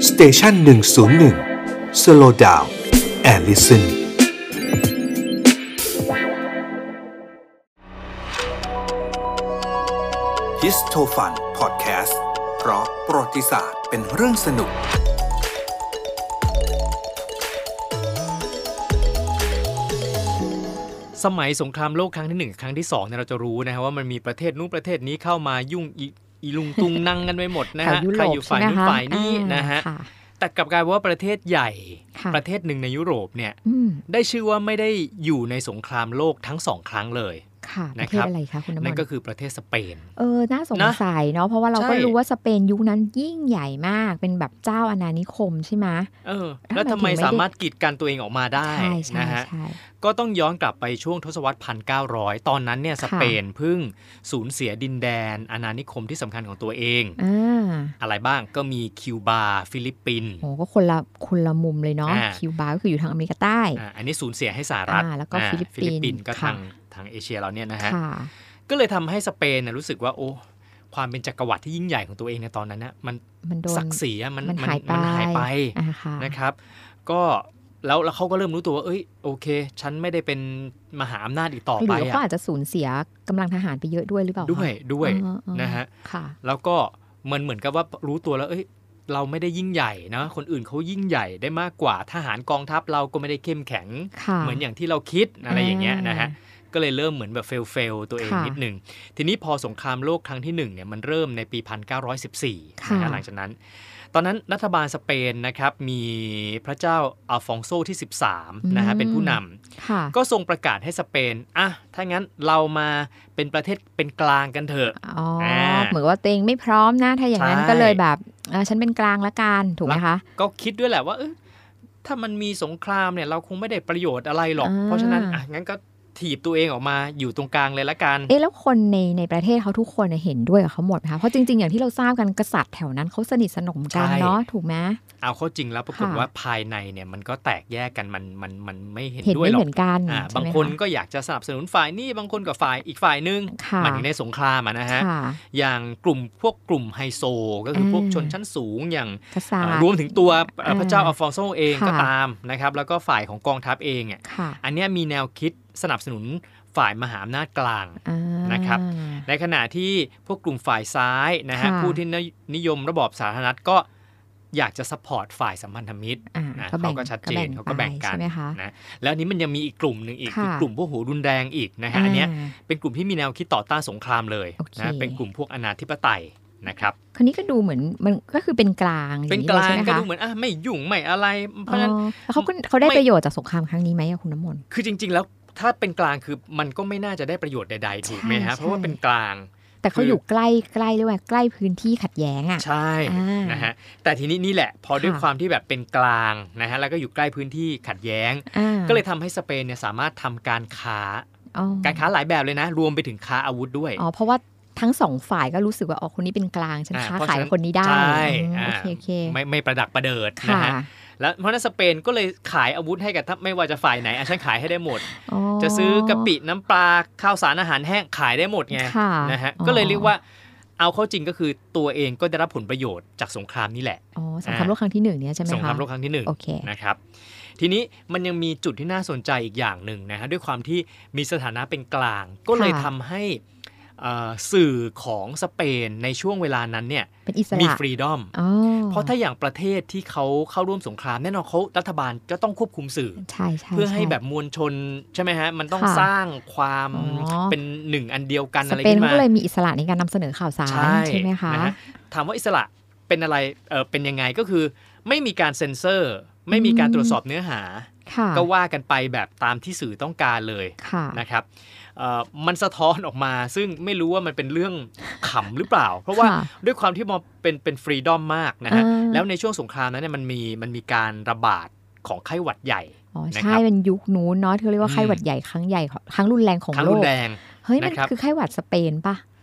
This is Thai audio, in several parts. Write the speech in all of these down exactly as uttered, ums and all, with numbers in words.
สเตชันหนึ่งศูนย์หนึ่ง Slow Down and Listenฮิสโทฟันพอดแคสต์เพราะประวัติศาสตร์เป็นเรื่องสนุกสมัยสงครามโลกครั้งที่หนึ่งครั้งที่สองเนี่ยเราจะรู้นะฮะว่ามันมีประเทศนู้นประเทศนี้เข้ามายุ่งอีลุงตุงนั่งกันไปหมดนะฮะใครอยู่ฝ่ายนู้นฝ่ายนี้นะฮะแต่กลับกลายว่าประเทศใหญ่ประเทศหนึ่งในยุโรปเนี่ยได้ชื่อว่าไม่ได้อยู่ในสงครามโลกทั้งสองครั้งเลยค่ะประเทศอะไรคะคุณน้ำมันนั่นก็คือประเทศสเปนเออน่าสงสัยเนาะเพราะว่าเราก็รู้ว่าสเปนยุคนั้นยิ่งใหญ่มากเป็นแบบเจ้าอาณานิคมใช่ไหมเออแล้วทำไมสามารถกีดกันตัวเองออกมาได้นะฮะก็ต้องย้อนกลับไปช่วงทศวรรษหนึ่งพันเก้าร้อยตอนนั้นเนี่ยสเปนเพิ่งสูญเสียดินแดนอาณานิคมที่สำคัญของตัวเองอะไรบ้างก็มีคิวบาฟิลิปปินส์โอ้ก็คนละคนละมุมเลยเนาะคิวบาก็คืออยู่ทางอเมริกาใต้อันนี้สูญเสียให้สหรัฐแล้วก็ฟิลิปปินส์ก็ทางทางเอเชียเราเนี่ยนะฮะก็เลยทำให้สเปนรู้สึกว่าโอ้ความเป็นจักรวรรดิที่ยิ่งใหญ่ของตัวเองในตอนนั้นนะมันศักดิ์ศรีมันมันหายไปนะครับก็แล้วแล้วเขาก็เริ่มรู้ตัวว่าเอ้ยโอเคฉันไม่ได้เป็นมหาอำนาจอีกต่อไปอ่ะหรือเขาอาจจะสูญเสียกำลังทหารไปเยอะด้วยหรือเปล่าด้วยด้วยนะฮะแล้วก็มันเหมือนกับว่ารู้ตัวแล้วเอ้ยเราไม่ได้ยิ่งใหญ่นะคนอื่นเขายิ่งใหญ่ได้มากกว่าทหารกองทัพเราก็ไม่ได้เข้มแข็งเหมือนอย่างที่เราคิดอะไรอย่างเงี้ยนะฮะก็เลยเริ่มเหมือนแบบเฟลเฟลตัวเองนิดนึงทีนี้พอสงครามโลกครั้งที่หนึ่งเนี่ยมันเริ่มในปีหนึ่งพันเก้าร้อยสิบสี่นะหลังจากนั้นตอนนั้นรัฐบาลสเปนนะครับมีพระเจ้าอัลฟองโซที่สิบสามนะฮะเป็นผู้นำก็ทรงประกาศให้สเปนอ่ะถ้างั้นเรามาเป็นประเทศเป็นกลางกันเถอะอ๋อเหมือนว่าตัวเองไม่พร้อมนะถ้าอย่างนั้นก็เลยแบบฉันเป็นกลางละกันถูกไหมคะก็คิดด้วยแหละว่าเออถ้ามันมีสงครามเนี่ยเราคงไม่ได้ประโยชน์อะไรหรอกเพราะฉะนั้นอ่ะงั้นก็ถีบตัวเองออกมาอยู่ตรงกลางเลยละกันเอ๊ะแล้วคนในในประเทศเขาทุกคนเห็นด้วยกับเขาหมดไหมคะเพราะจริงๆอย่างที่เราทราบกันกษัตริย์แถวนั้นเขาสนิทสนมกันเนาะถูกไหมเอาเข้าจริงแล้วปรากฏว่าภายในเนี่ยมันก็แตกแยกกันมันมันมันไม่เห็นด้วยหรอกเห็นไม่เหมือนกันบางคนก็อยากจะสนับสนุนฝ่ายนี้บางคนกับฝ่ายอีกฝ่ายนึงมันถึงในสงครามนะฮะอย่างกลุ่มพวกกลุ่มไฮโซก็คือพวกชนชั้นสูงอย่างรวมถึงตัวพระเจ้าอัลฟองโซเองก็ตามนะครับแล้วก็ฝ่ายของกองทัพเองอ่ะอันนี้มีแนวคิดสนับสนุนฝ่ายมหาอำนาจกลางนะครับในขณะที่พวกกลุ่มฝ่ายซ้ายนะฮะผู้ที่นิยมระบอบสาธารณรัฐก็อยากจะซัพพอร์ตฝ่ายสัมพันธมิตรนะเขาก็ชัดเจนเขาก็แบ่งกันนะแล้วนี้มันยังมีอีกกลุ่มหนึ่งอีกคือกลุ่มพวกหัวรุนแรงอีกนะฮะอันนี้เป็นกลุ่มที่มีแนวคิดต่อต้านสงครามเลยนะเป็นกลุ่มพวกอนาธิปไตยนะครับคนนี้ก็ดูเหมือนมันก็คือเป็นกลางเป็นกลางก็ดูเหมือนอ่ะไม่ยุ่งไม่อะไรเพราะฉะนั้นเขาเขาได้ประโยชน์จากสงครามครั้งนี้ไหมคุณน้ำมนต์คือจริงๆแล้วถ้าเป็นกลางคือมันก็ไม่น่าจะได้ประโยชน์ใดๆถูกไหมฮะเพราะว่าเป็นกลางแต่เขาอยู่ใกล้ใกล้เรียกว่าใกล้พื้นที่ขัดแย้งอ่ะใช่นะฮะแต่ทีนี้นี่แหละพอด้วยความที่แบบเป็นกลางนะฮะแล้วก็อยู่ใกล้พื้นที่ขัดแย้งก็เลยทำให้สเปนเนี่ยสามารถทำการค้าการค้าหลายแบบเลยนะรวมไปถึงค้าอาวุธด้วยอ๋อเพราะว่าทั้งสองฝ่ายก็รู้สึกว่าอ๋อคนนี้เป็นกลางฉันค้าขายกับคนนี้ได้ใช่โอเคไม่ไม่ประดักประเดิดนะฮะแล้วเพราะนั้นสเปนก็เลยขายอาวุธให้กับไม่ว่าจะฝ่ายไหนอ่ะฉันขายให้ได้หมดจะซื้อกะปิน้ำปลาข้าวสารอาหารแห้งขายได้หมดไงนะฮะก็เลยเรียกว่าเอาเข้าจริงก็คือตัวเองก็ได้รับผลประโยชน์จากสงครามนี่แหละอ๋อสงครามโลกครั้งที่หนึ่งเนี่ยใช่ไหมคะสงครามโลกครั้งที่หนึ่งนะครับทีนี้มันยังมีจุดที่น่าสนใจอีกอย่างหนึ่งนะฮะด้วยความที่มีสถานะเป็นกลางก็เลยทำให้สื่อของสเปนในช่วงเวลานั้นเนี่ยมีฟรีดอมเพราะถ้าอย่างประเทศที่เขาเข้าร่วมสงครามแน่นอนเขารัฐบาลก็ต้องควบคุมสื่อเพื่อให้แบบมวลชนใช่ไหมฮะมันต้องสร้างความเป็นหนึ่งอันเดียวกันอะไรขึ้นมาสเปนก็เลยมีอิสระในการนำเสนอข่าวสารใช่ไหมคะถามว่าอิสระเป็นอะไรเออเป็นยังไงก็คือไม่มีการเซ็นเซอร์ไม่มีการตรวจสอบเนื้อหาก็ว่ากันไปแบบตามที่สื่อต้องการเลยนะครับมันสะท้อนออกมาซึ่งไม่รู้ว่ามันเป็นเรื่องขำหรือเปล่าเพราะว่าด้วยความที่มันเป็นเป็นฟรีดอมมากนะฮะแล้วในช่วงสงครามนั้นเนี่ยมันมีมันมีการระบาดของไข้หวัดใหญ่อ๋อใช่เป็นยุคนู้นเนาะที่เรียกว่าไข้หวัดใหญ่ครั้งใหญ่ครั้งรุนแรงของโลกเฮ้ยมันคือไข้หวัดสเปนป่ะ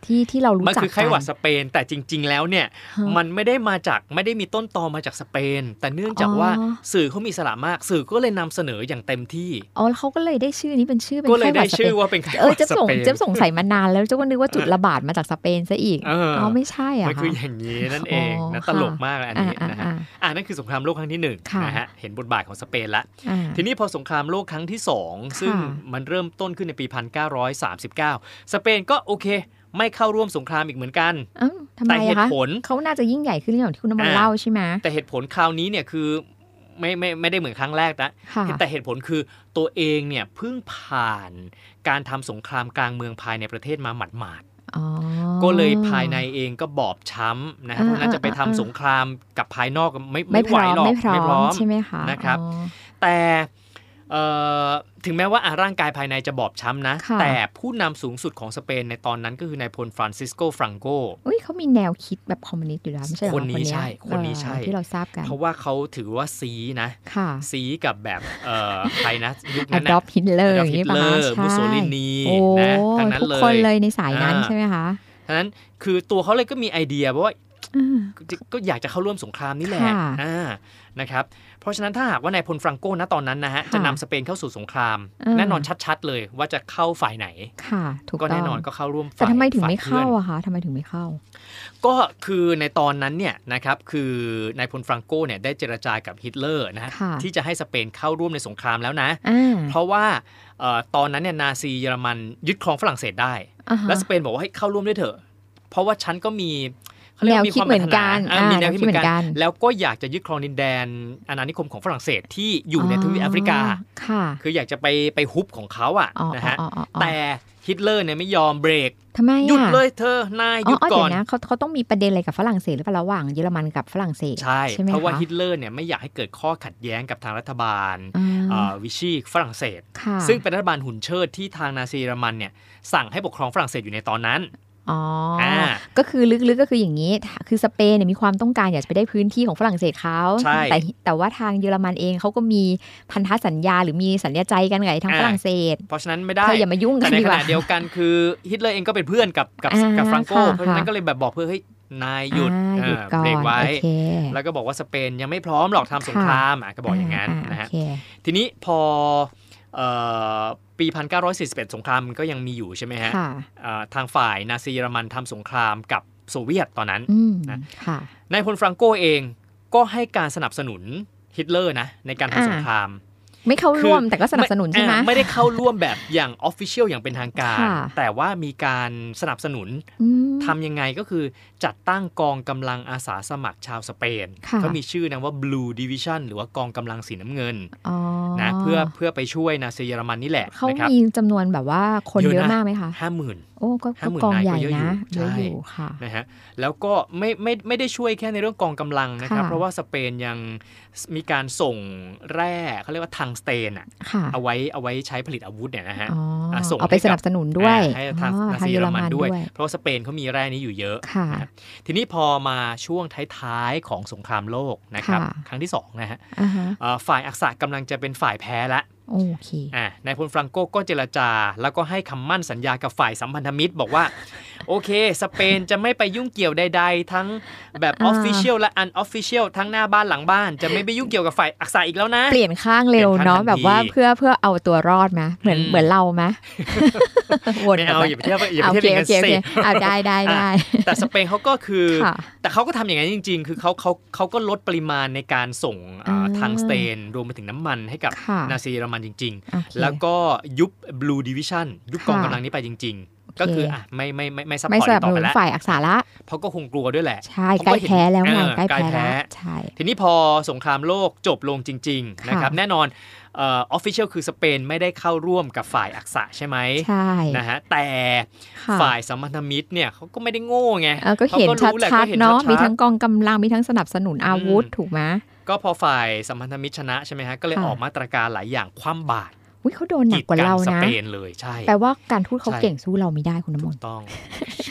ที่ที่เรารู้จักกันมันคือไข้หวัดสเปนแต่จริงๆแล้วเนี่ยมันไม่ได้มาจากไม่ได้มีต้นตอมาจากสเปนแต่เนื่องจากว่าสื่อเขามีอิสระมากสื่อก็เลยนำเสนออย่างเต็มที่อ๋อเขาก็เลยได้ชื่อนี้เป็นชื่อเป็นไข้หวัดสเปนก็เลยได้ชื่อว่าเป็นไข้หวัดสเปนเจ๊สงสัยมานานแล้วเจ๊ก็นึกว่าจุดระบาดมาจากสเปนซะอีกอ๋อไม่ใช่อ่ะมันคืออย่างนี้นั่นเองนะตลกมากอันนี้นะฮะอ่านั่นคือสงครามโลกครั้งที่หนึ่งนะฮะเห็นบทบาทของสเปนละทีนี้พอสงครามโลกครั้งที่สองซึ่งมันเริ่มต้นขึ้นในปีหนึ่งพันเก้าร้อยสามสิบเก้าสเปนก็โอเคไม่เข้าร่วมสงครามอีกเหมือนกันแต่เหตุผลเขาน่าจะยิ่งใหญ่ขึ้นอย่างที่คุณน้ำมันเล่าใช่ไหมแต่เหตุผลคราวนี้เนี่ยคือไม่ไม่ไม่ได้เหมือนครั้งแรกนะแต่เหตุผลคือตัวเองเนี่ยเพิ่งผ่านการทำสงครามกลางเมืองภายในประเทศมาหมาดๆก็เลยภายในเองก็บอบช้ำนะเพราะฉะนั้นจะไปทำสงครามกับภายนอกไม่ไม่ไหวหรอกไม่พร้อมใช่ไหมคะนะครับแต่ถึงแม้ว่าร่างกายภายในจะบอบช้ำนะแต่ผู้นำสูงสุดของสเปนในตอนนั้นก็คือนายพลฟรานซิสโกฟรังโกอุ้ยเขามีแนวคิดแบบคอมมิวนิสต์อยู่แล้วไม่ใช่หรอคนนี้ใช่คนนี้ใช่ที่เราทราบกันเพราะว่าเขาถือว่าซีนะซีกับแบบใครนะยุคนั้นนะ Adolf Hitler ฮิตเลอร์มุสโสลินีนะทั้งนั้นเลยทุกคนเลยในสายนั้นใช่ไหมคะทั้งนั้นคือตัวเขาเลยก็มีไอเดียว่าก็อยากจะเข้าร่วมสงครามนี่แหละนะครับเพราะฉะนั้นถ้าหากว่านายพลฟรังโกณตอนนั้นนะฮะจะนำสเปนเข้าสู่สงครามแน่นอนชัดๆเลยว่าจะเข้าฝ่ายไหนก็แน่นอนก็เข้าร่วมฝ่ายแต่ทำไมถึงไม่เข้าอะคะทำไมถึงไม่เข้าก็คือในตอนนั้นเนี่ยนะครับคือนายพลฟรังโกเนี่ยได้เจรจากับฮิตเลอร์นะที่จะให้สเปนเข้าร่วมในสงครามแล้วนะเพราะว่าตอนนั้นเนี่ยนาซีเยอรมันยึดครองฝรั่งเศสได้และสเปนบอกว่าให้เข้าร่วมด้วยเถอะเพราะว่าฉันก็มีแนวคิดเหมือนกันมีแนวคิดเหมือนกันแล้วก็อยากจะยึดครองดินแดนอาณานิคมของฝรั่งเศสที่อยู่ในทวีปแอฟริกาคืออยากจะไปไปฮุบของเขาอ่ะนะฮะแต่ฮิตเลอร์เนี่ยไม่ยอมเบรกหยุดเลยเธอนายหยุดก่อนนะเขาเขาต้องมีประเด็นอะไรกับฝรั่งเศสหรือเปล่าระหว่างเยอรมันกับฝรั่งเศสใช่เพราะว่าฮิตเลอร์เนี่ยไม่อยากให้เกิดข้อขัดแย้งกับทางรัฐบาลวิชีฝรั่งเศสซึ่งเป็นรัฐบาลหุ่นเชิดที่ทางนาซีเยอรมันเนี่ยสั่งให้ปกครองฝรั่งเศสอยู่ในตอนนั้นอ๋อก็คือลึกๆก็คืออย่างนี้คือสเปนเนี่ยมีความต้องการอยากจะไปได้พื้นที่ของฝรั่งเศสเขาแต่แต่ว่าทางเยอรมันเองเขาก็มีพันธสัญญาหรือมีสัญญาใจกันไงทางฝรั่งเศสเพราะฉะนั้นไม่ได้เธออย่ามายุ่งกันในขณะเดียวกันคือฮิตเลอร์เองก็เป็นเพื่อนกับกับกับฟรังโกเพราะฉะนั้นก็เลยแบบบอกเพื่อให้นายหยุดเบรกไว้แล้วก็บอกว่าสเปนยังไม่พร้อมหรอกทำสงครามก็บอกอย่างนั้นนะฮะทีนี้พอปีหนึ่งพันเก้าร้อยสี่สิบเอ็ดสงครามก็ยังมีอยู่ใช่ไหมฮะทางฝ่ายนาซีเยอรมันทำสงครามกับโซเวียตตอนนั้นนะนายพลฟรังโกเองก็ให้การสนับสนุนฮิตเลอร์นะในการทำสงครามไม่เข้าร่วมแต่ก็สนับสนุนใช่ไหมไม่ได้เข้าร่วมแบบอย่างออฟฟิเชียลอย่างเป็นทางการแต่ว่ามีการสนับสนุนทำยังไงก็คือจัดตั้งกองกำลังอาสาสมัครชาวสเปนเขามีชื่อนะว่า Blue Division หรือว่ากองกำลังสีน้ำเงินนะเพื่อเพื่อไปช่วยนาซีเยอรมันนี่แหละเขามีจำนวนแบบว่าคนเยอะมากไหมคะห้าหมื่นโอ้ก็กองใหญ่นะเยอะอยู่ค่ะนะฮะแล้วก็ไม่ไม่ไม่ได้ช่วยแค่ในเรื่องกองกำลังนะครับเพราะว่าสเปนยังมีการส่งแร่เขาเรียกว่าทังสเตนอ่ะเอาไว้เอาไว้ใช้ผลิตอาวุธเนี่ยนะฮะส่งเอาไปสนับสนุนด้วยให้ทางนาซีเยอรมันด้วยเพราะสเปนเขามีแร่นี้อยู่เยอะทีนี้พอมาช่วงท้ายๆของสงครามโลกนะครับครั้งที่สองนะฮะฝ่ายอักษะกำลังจะเป็นฝ่ายแพ้ละโอเคอ่านายพลฟรังโกก็เจรจาแล้วก็ให้คำมั่นสัญญากับฝ่ายสัมพันธมิตรบอกว่าโอเคสเปนจะไม่ไปยุ่งเกี่ยวใดๆทั้งแบบออฟฟิเชียลและอันออฟฟิเชียลทั้งหน้าบ้านหลังบ้านจะไม่ไปยุ่งเกี่ยวกับฝ่ายอักษะอีกแล้วนะเปลี่ยนข้างเร็วเนาะแบบว่าเพื่อเพื่อเอาตัวรอดไหมเหมือนเหมือนเราไหมวนไม่เอาอย่าไปเที่ยวอย่าไปเที่ยวกันสิเอาได้ได้ได้แต่สเปนเขาก็คือแต่เขาก็ทำอย่างนั้นจริงๆคือเขาเขาเขาก็ลดปริมาณในการส่งทังสเตนรวมไปถึงน้ำมันให้กับนาซีเยอรมันจริงๆแล้วก็ยุบ Blue Division ยุบกองกำลังนี้ไปจริงๆก็คืออ่ะไม่ไม่ไม่ไม่ซัพพอร์ตต่อไปแล้วฝ่ายอักษะละเพราะก็คงกลัวด้วยแหละใช่ใกล้แพ้แล้วไงใกล้แพ้แล้วใช่ทีนี้พอสงครามโลกจบลงจริงๆนะครับแน่นอนเอ่อออฟฟิเชียลคือสเปนไม่ได้เข้าร่วมกับฝ่ายอักษะใช่ไหมใช่นะฮะแต่ฝ่ายสัมพันธมิตรเนี่ยเขาก็ไม่ได้โง่ไงก็เห็นชัดๆเนาะมีทั้งกองกำลังมีทั้งสนับสนุนอาวุธถูกไหมก็พอฝ่ายสัมพันธมิตรชนะใช่ไหมฮะก็เลยออกมาตรการหลายอย่างคว่ำบาตรอุ้ยเขาโดนหนักกว่าเรานะสเปนเลยใช่แปลว่าการทูตเขาเก่งสู้เราไม่ได้คุณน้ำมนต์ต้อง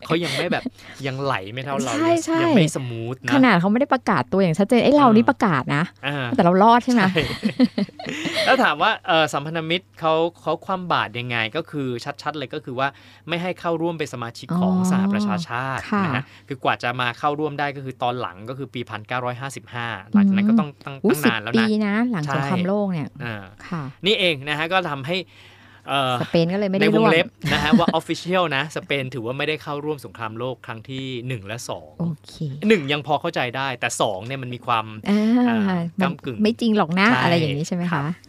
เขายังไม่แบบยังไหลไม่เท่าเรายังไม่สมูทนะขนาดเขาไม่ได้ประกาศตัวอย่างชัดเจนไอ้เรานี่ประกาศนะแต่เรารอดใช่ไหมแล้วถามว่าสัมพันธมิตรเขาเขาความบาตรยังไงก็คือชัดๆเลยก็คือว่าไม่ให้เข้าร่วมเป็นสมาชิกของสหประชาชาตินะฮะคือกว่าจะมาเข้าร่วมได้ก็คือตอนหลังก็คือปีหนึ่งพันเก้าร้อยห้าสิบห้าหลังจากนั้นก็ต้องตั้งนานแล้วนะปีนะหลังสงครามโลกเนี่ยนี่เองนะฮะก็ทำให้สเปนก็เลยไม่ได้ร่วมในวงเล็บนะฮะว่า official นะสเปนถือว่าไม่ได้เข้าร่วมสงครามโลกครั้งที่หนึ่งและสองโอเคหนึ่งยังพอเข้าใจได้แต่สองเนี่ยมันมีความก้ำกึ่งไม่จริงหรอกนะอะไรอย่างนี้ใช่ไหมคะ